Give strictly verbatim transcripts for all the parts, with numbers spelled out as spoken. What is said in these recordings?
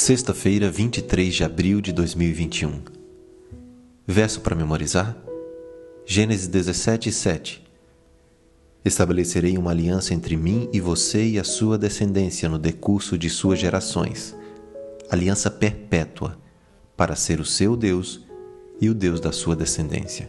Sexta-feira, vinte e três de abril de dois mil e vinte e um. Verso para memorizar? Gênesis dezessete, sete. Estabelecerei uma aliança entre mim e você e a sua descendência no decurso de suas gerações, aliança perpétua, para ser o seu Deus e o Deus da sua descendência.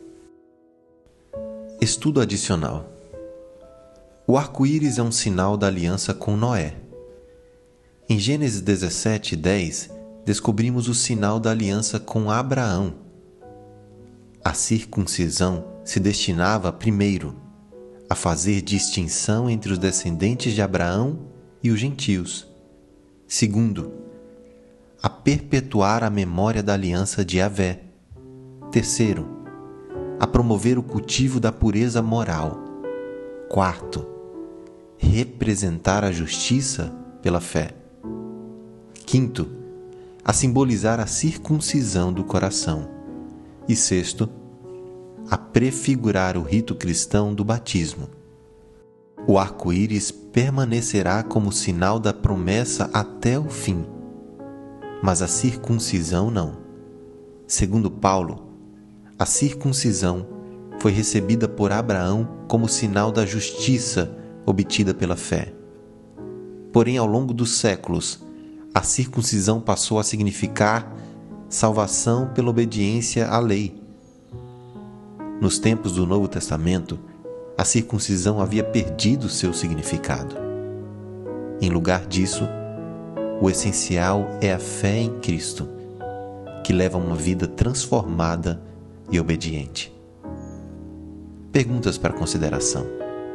Estudo adicional. O arco-íris é um sinal da aliança com Noé. Em Gênesis dezessete, dez, descobrimos o sinal da aliança com Abraão. A circuncisão se destinava, primeiro, a fazer distinção entre os descendentes de Abraão e os gentios. Segundo, a perpetuar a memória da aliança de Yahvé. Terceiro, a promover o cultivo da pureza moral. Quarto, representar a justiça pela fé. Quinto, a simbolizar a circuncisão do coração. E sexto, a prefigurar o rito cristão do batismo. O arco-íris permanecerá como sinal da promessa até o fim, mas a circuncisão não. Segundo Paulo, a circuncisão foi recebida por Abraão como sinal da justiça obtida pela fé. Porém, ao longo dos séculos, a circuncisão passou a significar salvação pela obediência à lei. Nos tempos do Novo Testamento, a circuncisão havia perdido seu significado. Em lugar disso, o essencial é a fé em Cristo, que leva a uma vida transformada e obediente. Perguntas para consideração.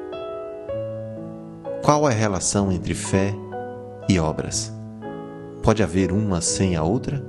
Qual a relação entre fé e obras? Pode haver uma sem a outra?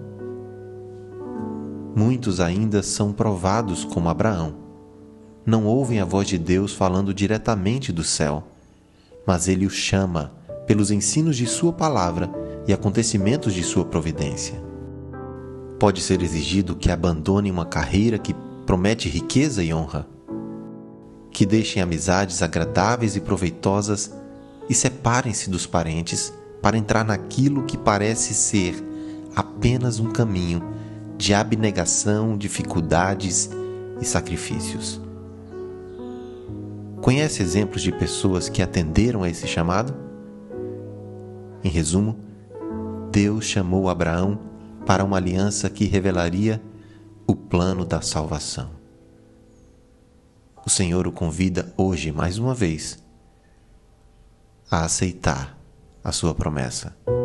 Muitos ainda são provados como Abraão. Não ouvem a voz de Deus falando diretamente do céu, mas Ele os chama pelos ensinos de sua palavra e acontecimentos de sua providência. Pode ser exigido que abandonem uma carreira que promete riqueza e honra, que deixem amizades agradáveis e proveitosas e separem-se dos parentes para entrar naquilo que parece ser apenas um caminho de abnegação, dificuldades e sacrifícios. Conhece exemplos de pessoas que atenderam a esse chamado? Em resumo, Deus chamou Abraão para uma aliança que revelaria o plano da salvação. O Senhor o convida hoje, mais uma vez, a aceitar a sua promessa.